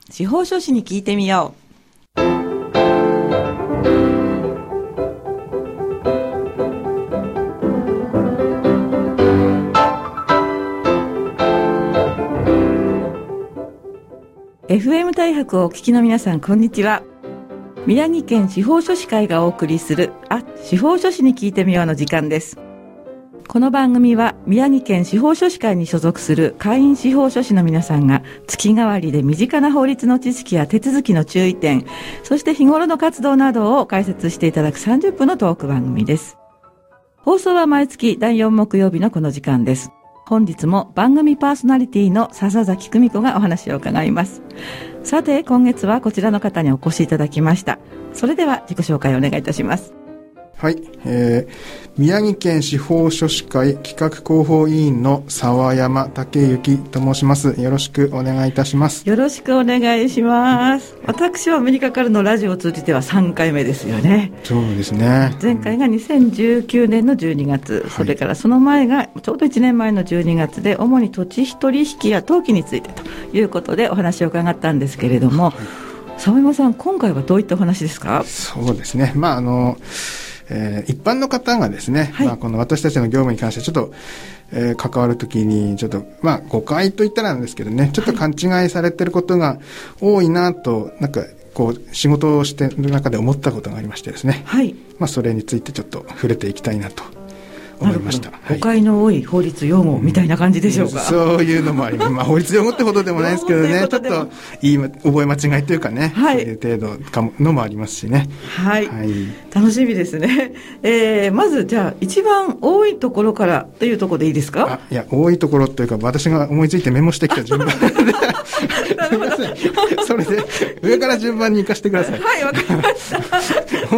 司法書士に聞いてみよう。FM 大白をお聞きの皆さん、こんにちは。宮城県司法書士会がお送りする司法書士に聞いてみようの時間です。この番組は宮城県司法書士会に所属する会員司法書士の皆さんが月替わりで身近な法律の知識や手続きの注意点、そして日頃の活動などを解説していただく30分のトーク番組です。放送は毎月第4木曜日のこの時間です。本日も番組パーソナリティの笹崎久美子がお話を伺います。さて、今月はこちらの方にお越しいただきました。それでは自己紹介をお願いいたします。 はい、宮城県司法書士会企画広報委員の沢山武之と申します。よろしくお願いいたします。 よろしくお願いします。私はアメリカからのラジオを通じては3回目ですよね。 そうですね。 前回が2019年の12月、それからその前がちょうど1年前の12月で、主に土地取引や登記についてということでお話を伺ったんですけれども、沢山さん、今回はどういったお話ですか？ そうですね、一般の方がですね、この私たちの業務に関してちょっと、関わるときにちょっと誤解といったらなんですけどね、ちょっと勘違いされてることが多いなと、仕事をしている中で思ったことがありましてですね、それについてちょっと触れていきたいなと思いました。 誤解の多い法律用語みたいな感じでしょうか？ そういうのもあります。法律用語ってほどでもないですけどね、ちょっと覚え間違いというかね、そういう程度かのもありますしね。 楽しみですね。まずじゃあ一番多いところからというところでいいですか？ いや、多いところというか、私が思いついてメモしてきた順番でなるほど。 それで上から順番に行かせてください。 はい、わかりました。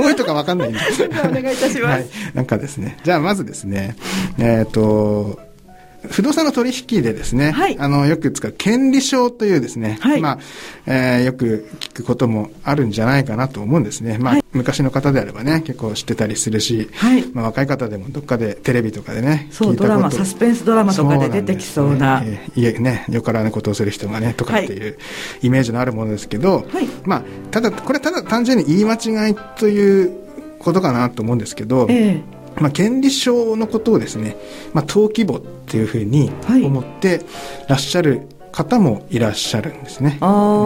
多いとかわかんないんです。 お願いいたします。 ですね、じゃあまずですね、不動産の取引でですね、よく使う権利書というですね、よく聞くこともあるんじゃないかなと思うんですね。昔の方であればね、結構知ってたりするし、若い方でもどっかでテレビとかでね、 聞いたこと、サスペンスドラマとかで出てきそうな、 よからぬことをする人がねとかっていうイメージのあるものですけど、ただ単純に言い間違いということかなと思うんですけど、権利書のことをですね、登記簿っていうふうに思ってらっしゃる方もいらっしゃるんですね。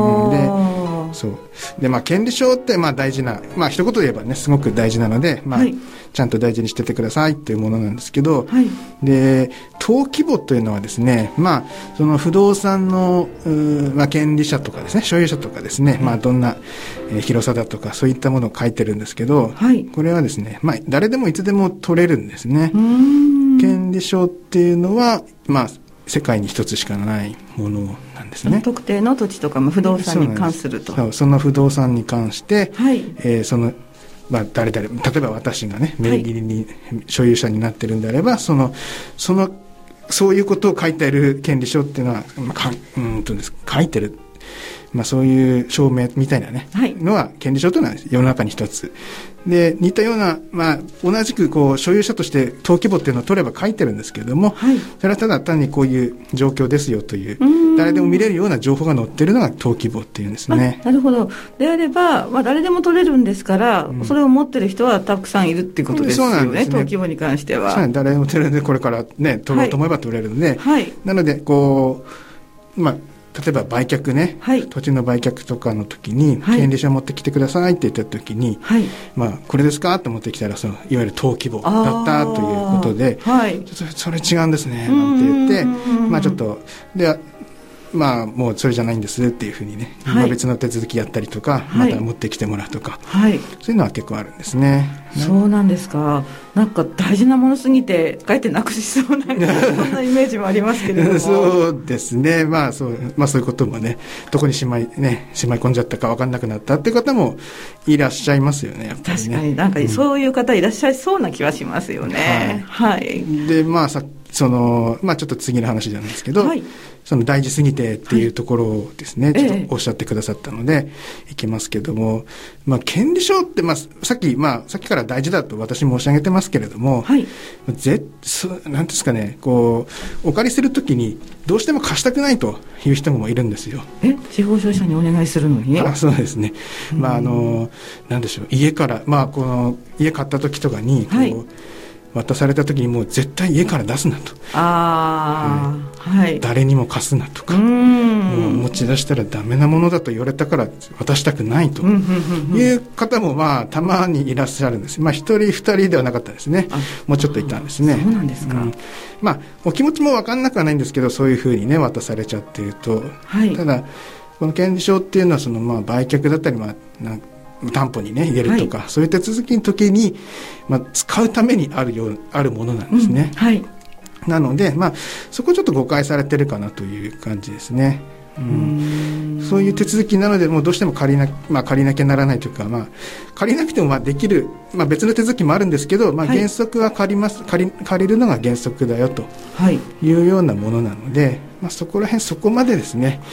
権利書って大事な、一言で言えばね、すごく大事なので、ちゃんと大事にしててくださいっていうものなんですけど、で、登記簿というのはですね、その不動産の権利者とかですね、所有者とかですね、どんな広さだとかそういったものを書いてるんですけど、これはですね、誰でもいつでも取れるんですね。権利書っていうのは世界に一つしかないものなんですね。 特定の土地とか不動産に関すると。 その不動産に関して、誰々、例えば私がね、名義に所有者になってるんであれば、そういうことを書いている権利書っていうのは、書いてる、そういう証明みたいなね、のは権利書というのは世の中に一つで、似たような、同じく所有者として登記簿っていうのを取れば書いてるんですけれども、それはただ単にこういう状況ですよという、誰でも見れるような情報が載ってるのが登記簿っていうんですね。 なるほど。であれば、誰でも取れるんですから、それを持ってる人はたくさんいるっていうことですよね。そうなんですね。登記簿に関しては。 誰でも取れるので、これからね、取ろうと思えば取れるので、なので例えば売却ね、土地の売却とかの時に、権利書を持ってきてくださいって言った時に、これですかと思ってきたら、いわゆる登記簿だったということで、それ違うんですねなんて言って、ちょっとでもうそれじゃないんですっていうふうにね、別の手続きやったりとか、また持ってきてもらうとか、そういうのは結構あるんですね。 そうなんですか。大事なものすぎて書いてなくしそうなそんなイメージもありますけれどもそうですね。そういうこともね、どこにしまい込んじゃったか分かんなくなったっていう方もいらっしゃいますよね、やっぱりね。 確かにそういう方いらっしゃいそうな気はしますよね。 ちょっと次の話じゃないですけど、その大事すぎてっていうところをですね、ちょっとおっしゃってくださったので、いきますけども、権利書って、さっきから大事だと私申し上げてますけれども、なんですかね、お借りするときにどうしても貸したくないという人もいるんですよ。 司法書士さんにお願いするのに？ そうですね。なんでしょう、家から、家買った時とかに、渡された時にもう絶対家から出すなと。誰にも貸すなとか、もう持ち出したらダメなものだと言われたから渡したくないという方もたまにいらっしゃるんです。一人二人ではなかったですね。もうちょっといたんですね。 そうなんですか。 お気持ちも分かんなくはないんですけど、そういうふうにね渡されちゃっていると、ただこの権利書っていうのは売却だったり担保にね入れるとか、そういう手続きの時に、使うためにあるものなんですね。なので、そこちょっと誤解されてるかなという感じですね。そういう手続きなので、もうどうしても借りなきゃならないというか、借りなくてもできる、別の手続きもあるんですけど、原則は借りるのが原則だよというようなものなので、そこら辺そこまでですね、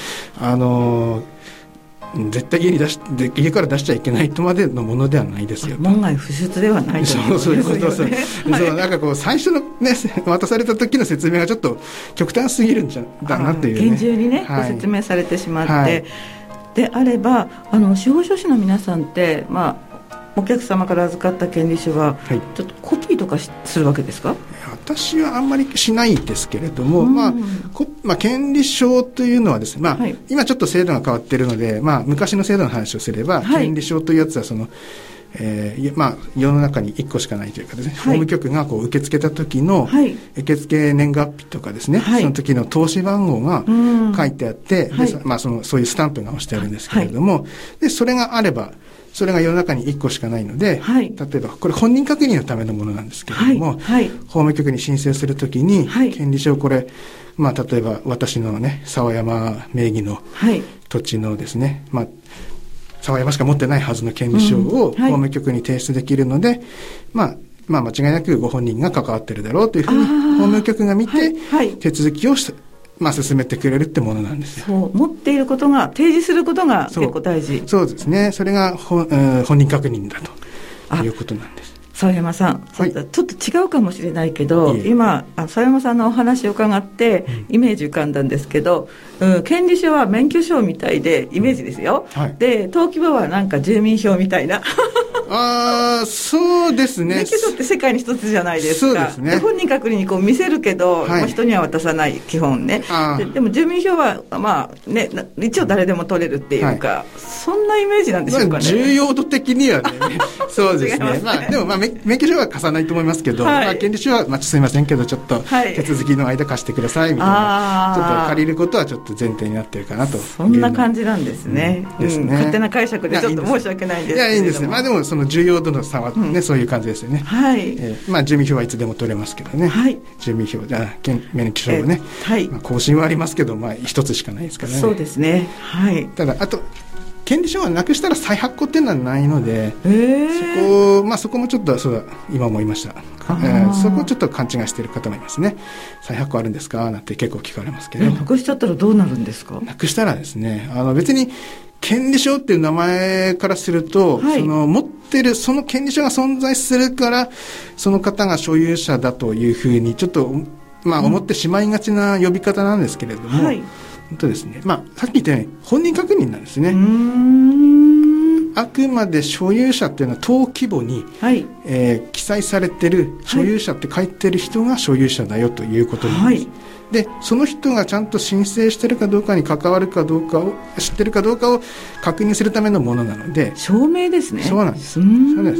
絶対家から出しちゃいけないとまでのものではないですよ。 門外不出ではないということですよね。 最初のね渡された時の説明がちょっと極端すぎるんだなっていうね。 厳重にね、ご説明されてしまって、であれば司法書士の皆さんって、お客様から預かった権利書はちょっとコピーとかするわけですか？ 私はあんまりしないですけれども、権利書というのはですね、今ちょっと制度が変わっているので、昔の制度の話をすれば、権利書というやつは世の中に1個しかないというかですね、法務局が受け付けた時の受付年月日とかですね、その時の投資番号が書いてあって、そういうスタンプが押してあるんですけれども、でそれがあればそれが世の中に1個しかないので、例えばこれ本人確認のためのものなんですけれども、法務局に申請するときに、権利書をこれ、例えば私のね沢山名義の土地のですね、沢山しか持ってないはずの権利書を法務局に提出できるので、間違いなくご本人が関わってるだろうというふうに法務局が見て手続きを進めてくれるってものなんですよ。 そう持っていることが提示することが結構大事。 そうですね。それが本人確認だということなんです。 沢山さん、ちょっと違うかもしれないけど、今沢山さんのお話を伺ってイメージ浮かんだんですけど、権利書は免許証みたいでイメージですよ、で登記簿はなんか住民票みたいなそうですね。 免許証って世界に一つじゃないですか。 そうですね。 で本人確認に見せるけど、人には渡さない基本ね。でも住民票は一応誰でも取れるっていうか、そんなイメージなんでしょうかね。 重要度的にはねそうですね。でも免許証は貸さないと思いますけど、権利書はすいませんけどちょっと手続きの間貸してくださいみたいな、ちょっと借りることはちょっと前提になってるかなと。 そんな感じなんですね。勝手な解釈でちょっと申し訳ないんですけれども。 いいんですね。でもその重要度の差はね、そういう感じですよね。住民票はいつでも取れますけどね。住民票免許証はね、更新はありますけど、一つしかないですからね。 そうですね。 ただあと権利書はなくしたら再発行っていうのはないので、そこもちょっと今思いました。そこをちょっと勘違いしている方もいますね。再発行あるんですかなんて結構聞かれますけど。 なくしちゃったらどうなるんですか？ なくしたらですね、別に権利書っていう名前からすると、持ってるその権利書が存在するからその方が所有者だというふうにちょっと思ってしまいがちな呼び方なんですけれども、本当ですね、さっき言ったように本人確認なんですね。あくまで所有者っていうのは登記簿に、記載されてる所有者って書いてる人が所有者だよということなんです。でその人がちゃんと申請してるかどうかに関わるかどうかを知ってるかどうかを確認するためのものなので、 証明ですね。 そうなんです。そうです。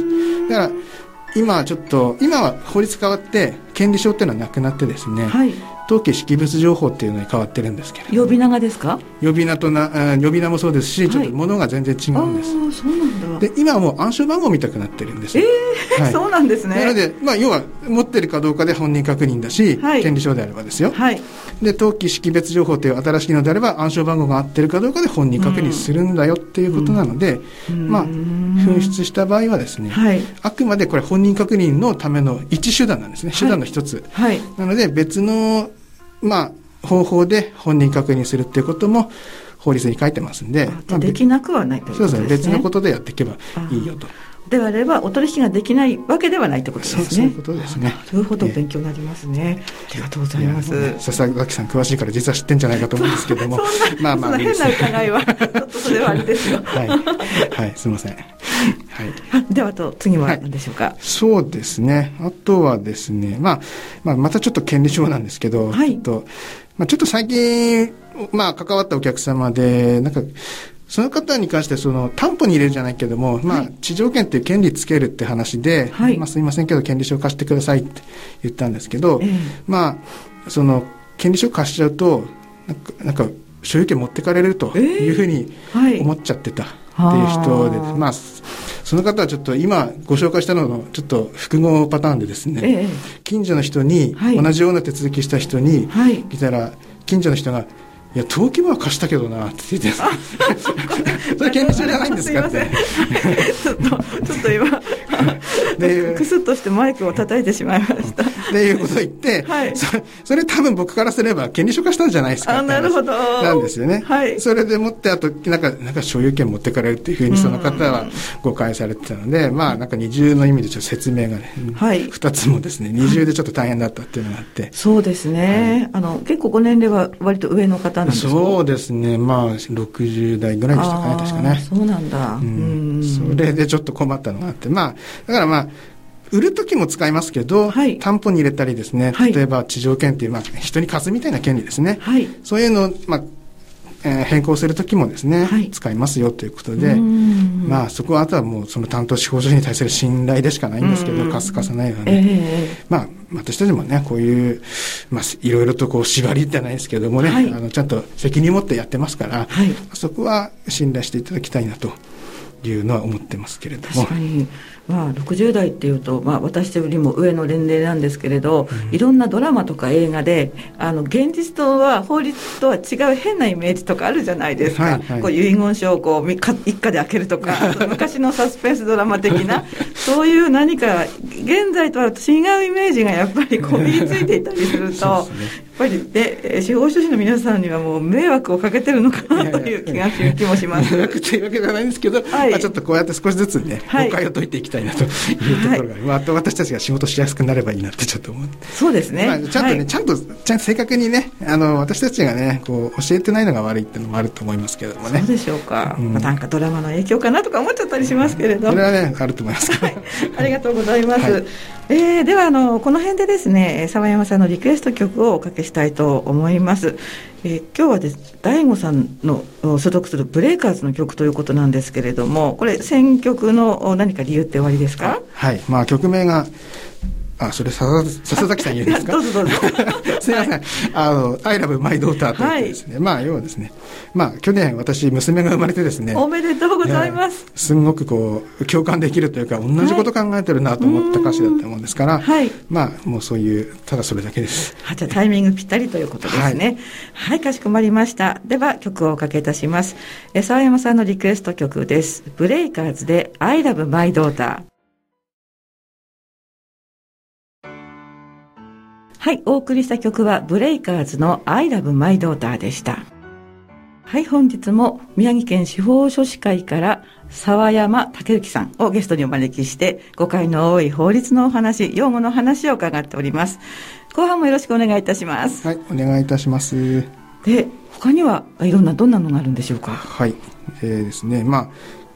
だから今は法律変わって権利書っていうのはなくなってですね、 登記識別情報っていうのに変わってるんですけれど、 呼び名がですか？ 呼び名もそうですし、ちょっと物が全然違うんです。 そうなんだ。 で今はもう暗証番号見たくなってるんですよ。 そうなんですね。 なので、要は持ってるかどうかで本人確認だし、権利証であればですよ。で登記識別情報という新しいのであれば暗証番号が合ってるかどうかで本人確認するんだよっていうことなので、紛失した場合はですね、あくまでこれ本人確認のための一手段なんですね。手段の一つ、なので別の方法で本人確認するっていうことも法律に書いてますんで、 できなくはないということですね。 そうですね、別のことでやっていけばいいよと。 であればお取引ができないわけではないということですね。 そういうことですね。 なるほど、勉強になりますね。ありがとうございます。 佐々木さん詳しいから実は知ってんじゃないかと思うんですけどもそんな変な疑いはちょっとそれはあれですよすみません。 では次は何でしょうか？ そうですね、あとはですね、またちょっと権利証なんですけど、ちょっと最近関わったお客様でその方に関して担保に入れるじゃないけども、地上権っていう権利つけるって話で、すいませんけど権利証貸してくださいって言ったんですけど、その権利証貸しちゃうと所有権持ってかれるというふうに思っちゃってたっていう人で、その方はちょっと今ご紹介したののちょっと複合パターンでですね、近所の人に、同じような手続きした人に来たら、近所の人がいや登記簿は貸したけどなって言ってそれ権利証じゃないんですかってちょっと今クスッとしてマイクを叩いてしまいましたっていうことを言って、それ多分僕からすれば権利証化したんじゃないですかって話なんですよね。それでもってあと所有権持ってかれるっていうふうにその方は誤解されてたので、二重の意味でちょっと説明がね、2つもですね二重でちょっと大変だったっていうのがあって。 そうですね、結構ご年齢は割と上の方なんですか？ そうですね、60代ぐらいでしたかね、確かね。 そうなんだ。 それでちょっと困ったのがあって、だから売るときも使いますけど、担保に入れたりですね、例えば地上権っていう人に貸すみたいな権利ですね、そういうのを変更するときもですね、使いますよということで、そこはあとはもうその担当司法書士に対する信頼でしかないんですけど、貸す貸さないはね、私たちもねこういういろいろと縛りじゃないですけどもね、ちゃんと責任持ってやってますから、そこは信頼していただきたいなというのは思ってますけれども。 確かに60代っていうと、私よりも上の年齢なんですけれど、いろんなドラマとか映画で現実とは法律とは違う変なイメージとかあるじゃないですか、こう遺言書を一家で開けるとか昔のサスペンスドラマ的なそういう何か現在とは違うイメージがやっぱりこびりついていたりするとやっぱり司法書士の皆さんにはもう迷惑をかけてるのかなという気もします。 迷惑というわけではないんですけど、ちょっとこうやって少しずつね、誤解を解いていきたいなというところが、あと私たちが仕事しやすくなればいいなってちょっと思って。 そうですね、 ちゃんと正確にね、私たちがね教えてないのが悪いっていうのもあると思いますけれどもね。 そうでしょうか、なんかドラマの影響かなとか思っちゃったりしますけれど、 それはねあると思いますありがとうございます。ではこの辺でですね、澤山さんのリクエスト曲をおかけしたいと思います。今日はです、大悟さんの所属するブレイカーズの曲ということなんですけれども、これ選曲の何か理由っておありですか？ 曲名がそれ笹崎さん言うんですか？どうぞすいません。I love my daughter というですね、要はですね、去年私娘が生まれてですね、 おめでとうございます。 すんごく共感できるというか、同じこと考えてるなと思った歌詞だったもんですから、もうそういうただそれだけです。 じゃあタイミングぴったりということですね。かしこまりました。では曲をおかけいたします。澤山さんのリクエスト曲です。ブレイカーズで I love my daughter。お送りした曲はブレイカーズの I love my daughter でした。本日も宮城県司法書士会から澤山武之さんをゲストにお招きして、誤解の多い法律のお話、用語の話を伺っております。後半もよろしくお願いいたします。 お願いいたします。 で、他にはどんなのがあるんでしょうか？ ですね、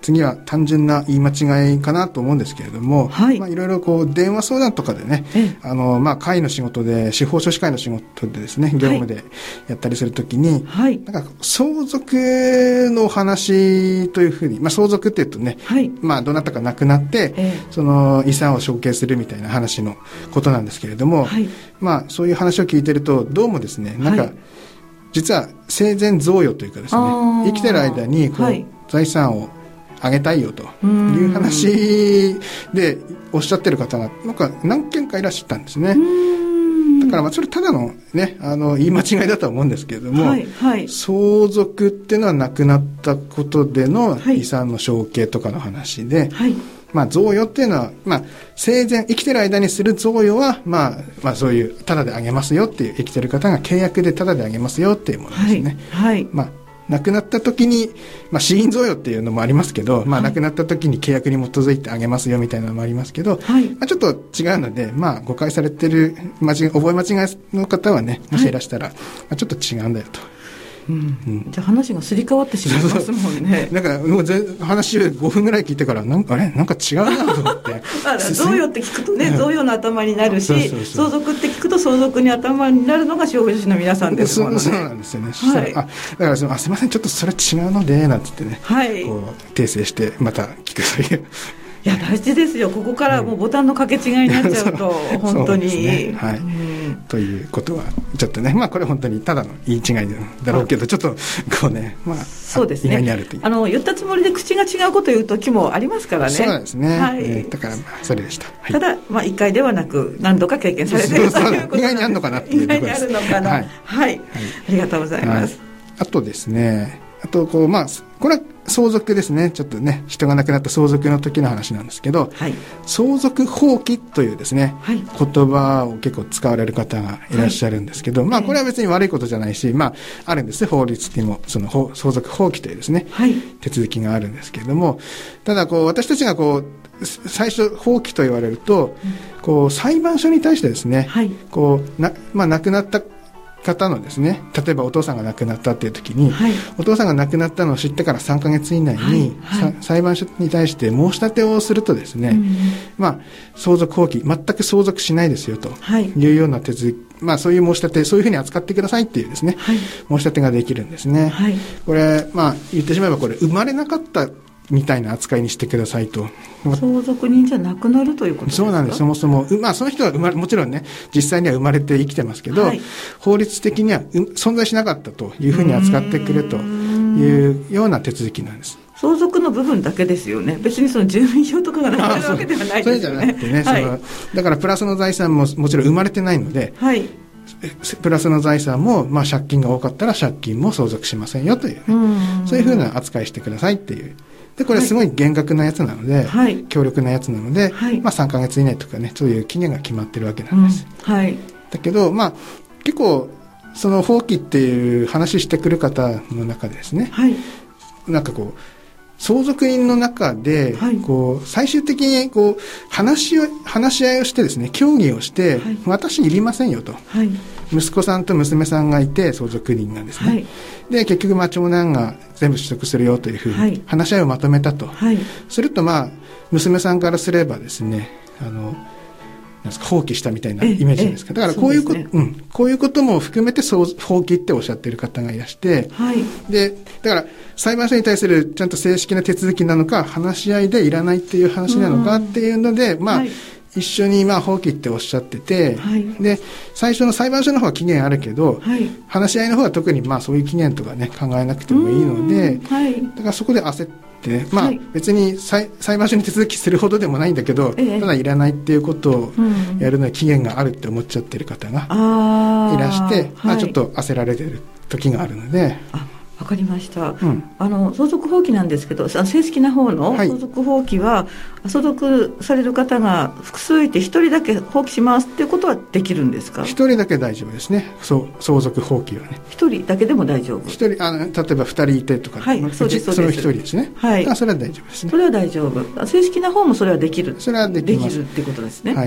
次は単純な言い間違いかなと思うんですけれども、 はい、 いろいろこう電話相談とかでね、会の仕事で、司法書士会の仕事でですね、業務でやったりするときに、 はい、 なんか相続の話というふうに、相続って言うとね、 はい、 どなたか亡くなって、その遺産を承継するみたいな話のことなんですけれども、はい、そういう話を聞いてると、どうもですね、なんか、実は生前贈与というかですね、生きてる間にこう、財産をあげたいよという話でおっしゃってる方がなんか何件かいらっしゃったんですね。だからそれただのね、言い間違いだとは思うんですけれども、はいはい、相続っていうのは亡くなったことでの遺産の承継とかの話で、はい、贈与っていうのは、生前、生きてる間にする贈与は、そういう、タダであげますよっていう、生きてる方が契約でタダであげますよっていうものですね。はい。亡くなった時に、死因贈与っていうのもありますけど、亡くなった時に契約に基づいてあげますよみたいなのもありますけど、はい、ちょっと違うので、誤解されてる、覚え間違いの方はね、もしいらしたら、ちょっと違うんだよと。 じゃあ話がすり替わってしまいますもんね。 だからもう話5分ぐらい聞いてからなんか違うなと思って贈与って聞くとね、贈与の頭になるし、相続って聞くと相続に頭になるのが司法書士の皆さんですもんね。 そうなんですよね。はい、だからすいません、ちょっとそれ違うのでなんつってね、はい、こう訂正してまた聞くという。 いや大事ですよ。ここからもうボタンの掛け違いになっちゃうと、本当に、 ね、はい、ということはちょっとね、これ本当にただの言い違いだろうけど、ちょっとこうね、 そうですね、 意外にあるという、 言ったつもりで口が違うことを言う時もありますからね。 そうなんですね、はい、だからそれでした、はい、 ただ1回ではなく何度か経験されているということ意外にあるのかなっていうところです。 意外にあるのかな、はい、はい、ありがとうございます、 あとですね、これは相続ですね。ちょっとね、人が亡くなった相続の時の話なんですけど、はい、相続放棄というですね、はい、言葉を結構使われる方がいらっしゃるんですけど、これは別に悪いことじゃないし、あるんですね、法律にもその相続放棄というですね、はい、手続きがあるんですけれども、ただ私たちが最初放棄と言われると、裁判所に対してですね、はい、亡くなった方のですね、例えばお父さんが亡くなったっていう時に、はい、お父さんが亡くなったのを知ってから3ヶ月以内に、はい、裁判所に対して申し立てをするとですね、相続放棄、全く相続しないですよというような手続き、そういう申し立て、そういうふうに扱ってくださいっていうですね、はい、申し立てができるんですね。はい、これ、言ってしまえばこれ生まれなかったみたいな扱いにしてくださいと。 相続人じゃなくなるということですか？ そうなんです。そもそも、その人はもちろんね、実際には生まれて生きてますけど、はい、法律的には存在しなかったというふうに扱ってくれというような手続きなんです。 相続の部分だけですよね。別にその住民票とかがなくなるわけではないですよね。 それじゃなくてね、はい、だからプラスの財産ももちろん生まれてないので、はい、プラスの財産も、借金が多かったら借金も相続しませんよという、そういうふうな扱いしてくださいっていう。で、これすごい厳格なやつなので、はい、強力なやつなので、はい、3ヶ月以内とかね、そういう期限が決まってるわけなんです。はい、だけど、結構、その放棄っていう話してくる方の中でですね、はい、相続人の中で、はい、最終的に話し合いをしてですね、協議をして、はい、私いりませんよと。はい、息子さんと娘さんがいて、相続人がですね。はい、で、結局、長男が全部取得するよというふうに、話し合いをまとめたと。はい、すると、娘さんからすればですね、放棄したみたいなイメージですか。だからこういうこと、こういうことも含めて放棄っておっしゃっている方がいらして、はい、で、だから裁判所に対するちゃんと正式な手続きなのか、話し合いでいらないっていう話なのかっていうので、はい、一緒に放棄っておっしゃってて、はい、で、最初の裁判所の方は期限あるけど、はい、話し合いの方は特にそういう期限とかね、考えなくてもいいので、はい、だからそこで焦って、はい、別に裁判所に手続きするほどでもないんだけど、ただいらないっていうことをやるのに期限があるって思っちゃってる方がいらして、ちょっと焦られてる時があるので。 わかりました、相続放棄なんですけど、正式な方の相続放棄は、相続される方が複数いて1人だけ放棄しますっていうことはできるんですか？1 人だけ大丈夫ですね。相続放棄はね、 1人だけでも大丈夫。 例えば2人いてとか、はい、そうですその1人ですね。はい、それは大丈夫ですね。 それは大丈夫。正式な方もそれはできる。 それはできます。 できるってことですね。 はい、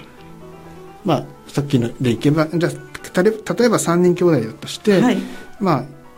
さっきのでいけば、じゃあ例えば3人兄弟だとして、はい、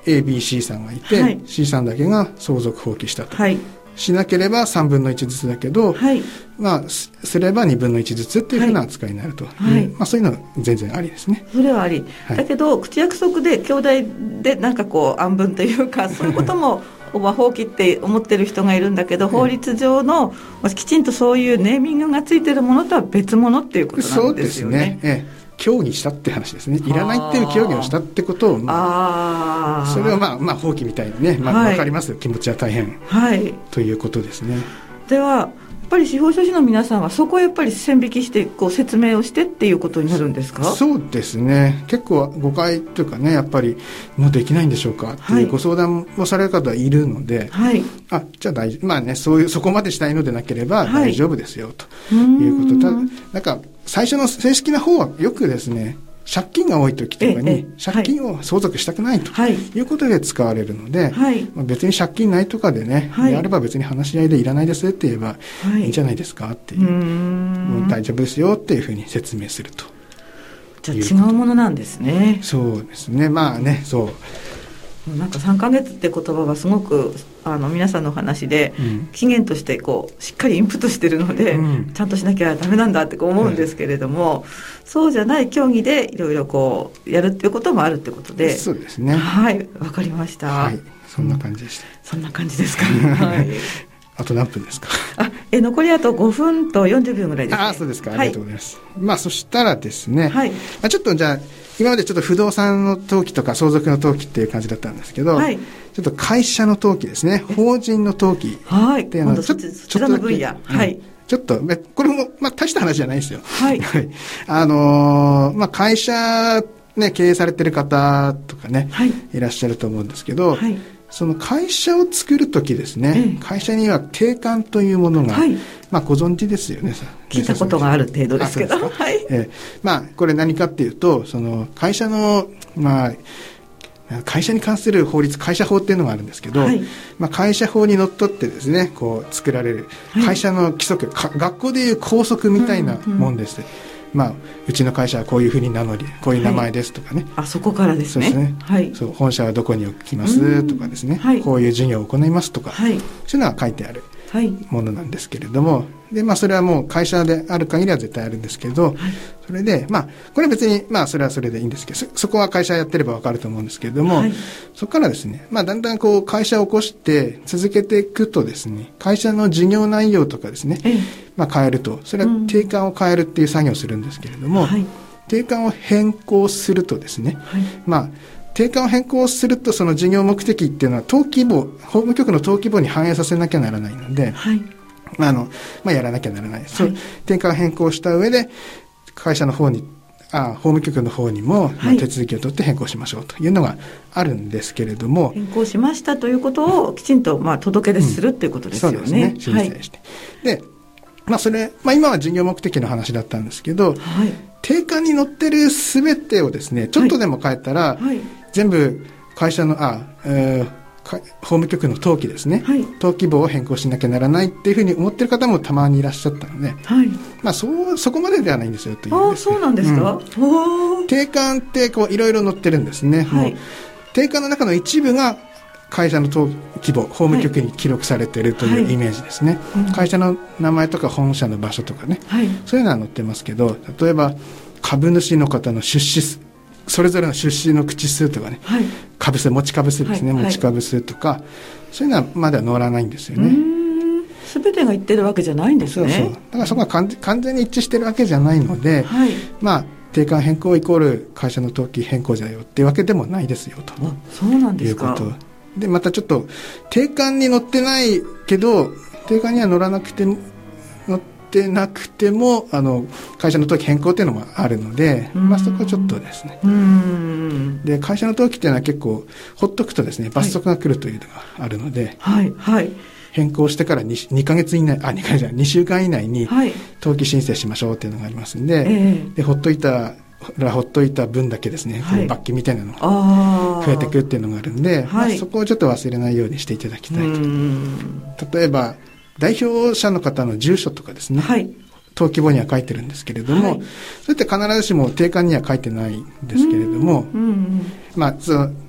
ABC さんがいて、はい、C さんだけが相続放棄したと、はい、しなければ3分の1ずつだけど、はい、まあ、すれば2分の1ずつっていうふうな扱いになると、はい、まあ、そういうのは全然ありですね。 それはあり、はい、だけど口約束で兄弟でなんかこう暗分というかそういうことも放棄って思ってる人がいるんだけど、法律上のきちんとそういうネーミングがついてるものとは別物っていうことなんですよね。 そうですね、協議したって話ですね。いらないっていう協議をしたってことを、それをまあ放棄みたいにね、まあ、分かりますよ、気持ちは大変、はい、ということですね。 ではやっぱり司法書士の皆さんはそこをやっぱり線引きしてこう説明をしてっていうことになるんですか？ そうですね、結構誤解というかね、やっぱりもうできないんでしょうかっていうご相談をされる方はいるので、はい、じゃあ大丈夫、まあね、そこまでしたいのでなければ大丈夫ですよ、ということ。なんか最初の正式な方はよくですね、借金が多い時とかに借金を相続したくないということで使われるので、はい、まあ、別に借金ないとかでね、はい、であれば別に話し合いでいらないですって言えばいいんじゃないですかっていう、もう大丈夫ですよっていうふうに説明すると。 じゃあ違うものなんですね。 そうですね、まあね、そうなんか3ヶ月って言葉がすごく皆さんのお話で、期限としてこうしっかりインプットしてるので、ちゃんとしなきゃダメなんだってこう思うんですけれども、そうじゃない競技でいろいろこうやるっていうこともあるってことで。 そうですね、 はい、わかりました。 はい、そんな感じでした。 そんな感じですか。はい。 あと何分ですか？ 残りあと5分と40秒ぐらいですね。 そうですか、ありがとうございます。まあそしたらですね、はい、ちょっとじゃあ今までちょっと不動産の登記とか相続の登記っていう感じだったんですけど、はい、ちょっと会社の登記ですね、法人の登記っていうのをちょっとだけ、そちらの分野、はい、ちょっとこれもまあ大した話じゃないですよ。はい。まあ会社ね経営されてる方とかね、はい、いらっしゃると思うんですけど、はい、その会社を作るときですね、会社には定款というものが、はい、まあご存知ですよね。 聞いたことがある程度ですけど、はい。 まあこれ何かっていうと、その会社のまあ会社に関する法律、会社法っていうのがあるんですけど、はい、まあ会社法にのっとってですね、こう作られる会社の規則、学校でいう校則みたいなもんです。まあ、うちの会社はこういうふうに名乗り、こういう名前ですとかね、 はい、そこからですね。 そうですね、はい、そう本社はどこに置きますとかですね、はい、こういう事業を行いますとか、はい、そういうのが書いてあるものなんですけれども、でまあ、それはもう会社である限りは絶対あるんですけど、はい、それでまあこれは別にまあそれはそれでいいんですけど、そこは会社やってれば分かると思うんですけれども、はい、そこからですね、まあ、だんだんこう会社を起こして続けていくとですね、会社の事業内容とかですね、まあ、変えると、それは定款を変えるっていう作業をするんですけれども、はい、定款を変更するとですね、はい、まあ定款を変更すると、その事業目的っていうのは登記簿、法務局の登記簿に反映させなきゃならないので、はい、まあ、やらなきゃならない、はい、そう定款を変更した上で会社の方に法務局の方にも、まあ、手続きを取って変更しましょうというのがあるんですけれども、 変更しましたということをきちんとまあ届け出するということですよね。 そうですね、申請して、はい、でまあそれ、まあ、今は事業目的の話だったんですけど、はい、定款に載ってるすべてをですね、ちょっとでも変えたら、はいはい、全部会社の法務局の登記ですね、はい、登記簿を変更しなきゃならないっていうふうに思ってる方もたまにいらっしゃったので、はい、まあ、そこまでではないんですよという、ね、 そうなんですか、 定款ってこういろいろ載ってるんですね、はい、もう定款の中の一部が会社の登記簿、法務局に記録されているというイメージですね、はいはい、会社の名前とか本社の場所とかね、はい、そういうのは載ってますけど、例えば株主の方の出資数、それぞれの出資の口数とかね、はい、株数、持ち株数ですね、はい、持ち株数とか、そういうのはまだ載らないんですよね。 すべてが言ってるわけじゃないんですね。 そうだからそこは完全に一致してるわけじゃないので、はい、まあ定款変更イコール会社の登記変更だよっていうわけでもないですよと。 そうなんですか。 いうことで、またちょっと定款に載ってないけど、定款には載らなくても載ってなくても会社の登記変更っていうのもあるので、まあ、そこはちょっとですね、で会社の登記っていうのは結構ほっとくとですね、罰則が来るというのがあるので、はいはい、変更してから 2ヶ月以内2週間以内に登記申請しましょうっていうのがありますんで、でほっといた分だけですね、はい、罰金みたいなのが増えてくっていうのがあるんで、まあ、そこをちょっと忘れないようにしていただきたいと。例えば代表者の方の住所とかですね、はい、登記簿には書いてるんですけれども、はい、それって必ずしも定款には書いてないんですけれども、まあ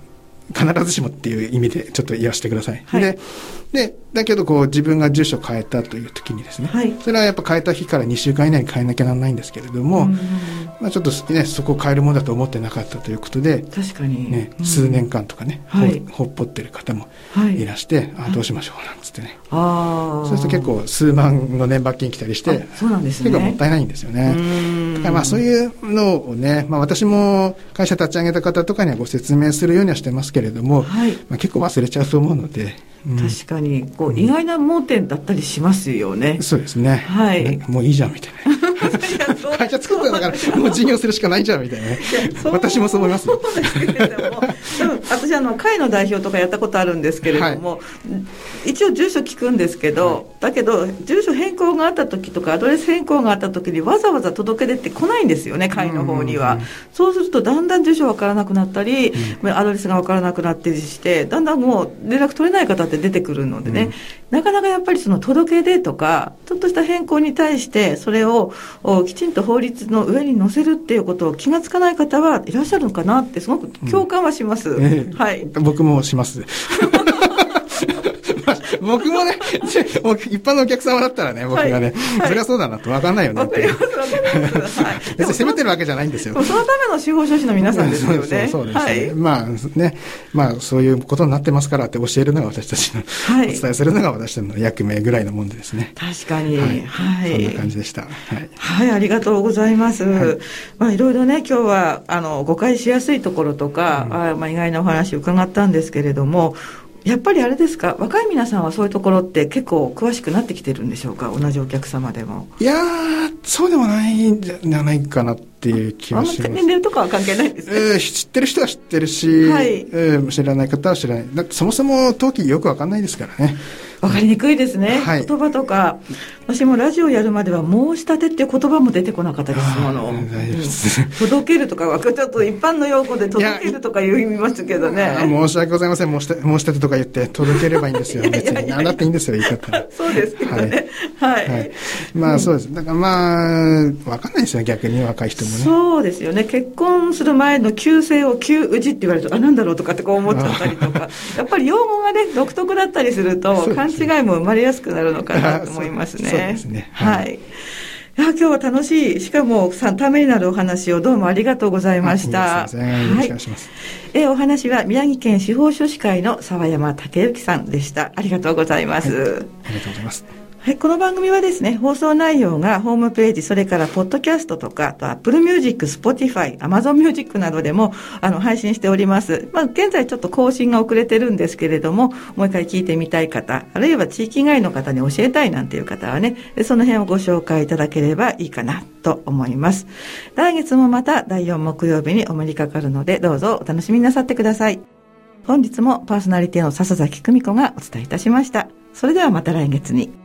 必ずしもっていう意味でちょっと言わせてください。はい、で、だけど自分が住所を変えたという時にですね、はい、それはやっぱ変えた日から2週間以内に変えなきゃならないんですけれども、ちょっとね、そこを変えるものだと思ってなかったということで、 確かに。 ね、数年間とかね、ほっぽってる方もいらして、どうしましょうなんつってね。そうすると結構数万の年罰金来たりして、 そうなんですね。 結構もったいないんですよね。だからそういうのをね、私も会社立ち上げた方とかにはご説明するようにはしてますけれども、結構忘れちゃうと思うので、 確かに意外な盲点だったりしますよね。 そうですね。はい。もういいじゃんみたいな。会社作ったんだからもう事業するしかないじゃんみたいなね。私もそう思います。 そうですけれども、私会の代表とかやったことあるんですけれども、一応住所聞くんですけど、だけど住所変更があった時とかアドレス変更があった時にわざわざ届け出って来ないんですよね、会の方には。そうするとだんだん住所わからなくなったり、アドレスがわからなくなったりして、だんだんもう連絡取れない方って出てくるのでね、なかなかやっぱりその届け出とかちょっとした変更に対してそれをきちんと法律の上に載せるっていうことを気がつかない方はいらっしゃるのかなってすごく共感はします。はい。 僕もします。僕もね、一般のお客様だったらね、僕がね、それはそうだなと分かんないよねって。別に責めてるわけじゃないんですよ。 そのための司法書士の皆さんですよね。 そうですね。そういうことになってますからって教えるのが私たちの、お伝えするのが私たちの役目ぐらいのもんでですね。 確かに。 はい。そんな感じでした。 はい、ありがとうございます。いろいろね、今日は誤解しやすいところとか、意外なお話を伺ったんですけれども、やっぱりあれですか、若い皆さんはそういうところって結構詳しくなってきてるんでしょうか、同じお客様でも。 いやー、そうでもないんじゃないかなっていう気はします。 年齢とかは関係ないですね。 知ってる人は知ってるし、知らない方は知らない。だってそもそも登記よくわかんないですからね。 わかりにくいですね、言葉とか。私もラジオやるまでは申し立てっていう言葉も出てこなかったですもの。届けるとかはちょっと一般の用語で届けるとか言いますけどね。 申し訳ございません、申し立てとか言って届ければいいんですよ。別に何だっていいんですよ、言い方。 そうですけどね。 そうです。だからわかんないですよ、逆に若い人もね。 そうですよね。結婚する前の旧姓を旧氏って言われると、なんだろうとかって思っちゃったりとか。やっぱり用語がね、独特だったりすると、勘違いも生まれやすくなるのかなと思いますね。 そうですね。 はい。今日は楽しい、しかもためになるお話をどうもありがとうございました。 よろしくお願いします。 お話は宮城県司法書士会の澤山武之さんでした。ありがとうございます。 ありがとうございます。 はい、この番組はですね、放送内容がホームページ、それからポッドキャストとか、あと Apple Music、Spotify、Amazon Music などでも配信しております。現在ちょっと更新が遅れてるんですけれども、もう一回聞いてみたい方、あるいは地域外の方に教えたいなんていう方はね、その辺をご紹介いただければいいかなと思います。来月もまた第4木曜日にお目にかかるので、どうぞお楽しみになさってください。本日もパーソナリティの笹崎久美子がお伝えいたしました。それではまた来月に。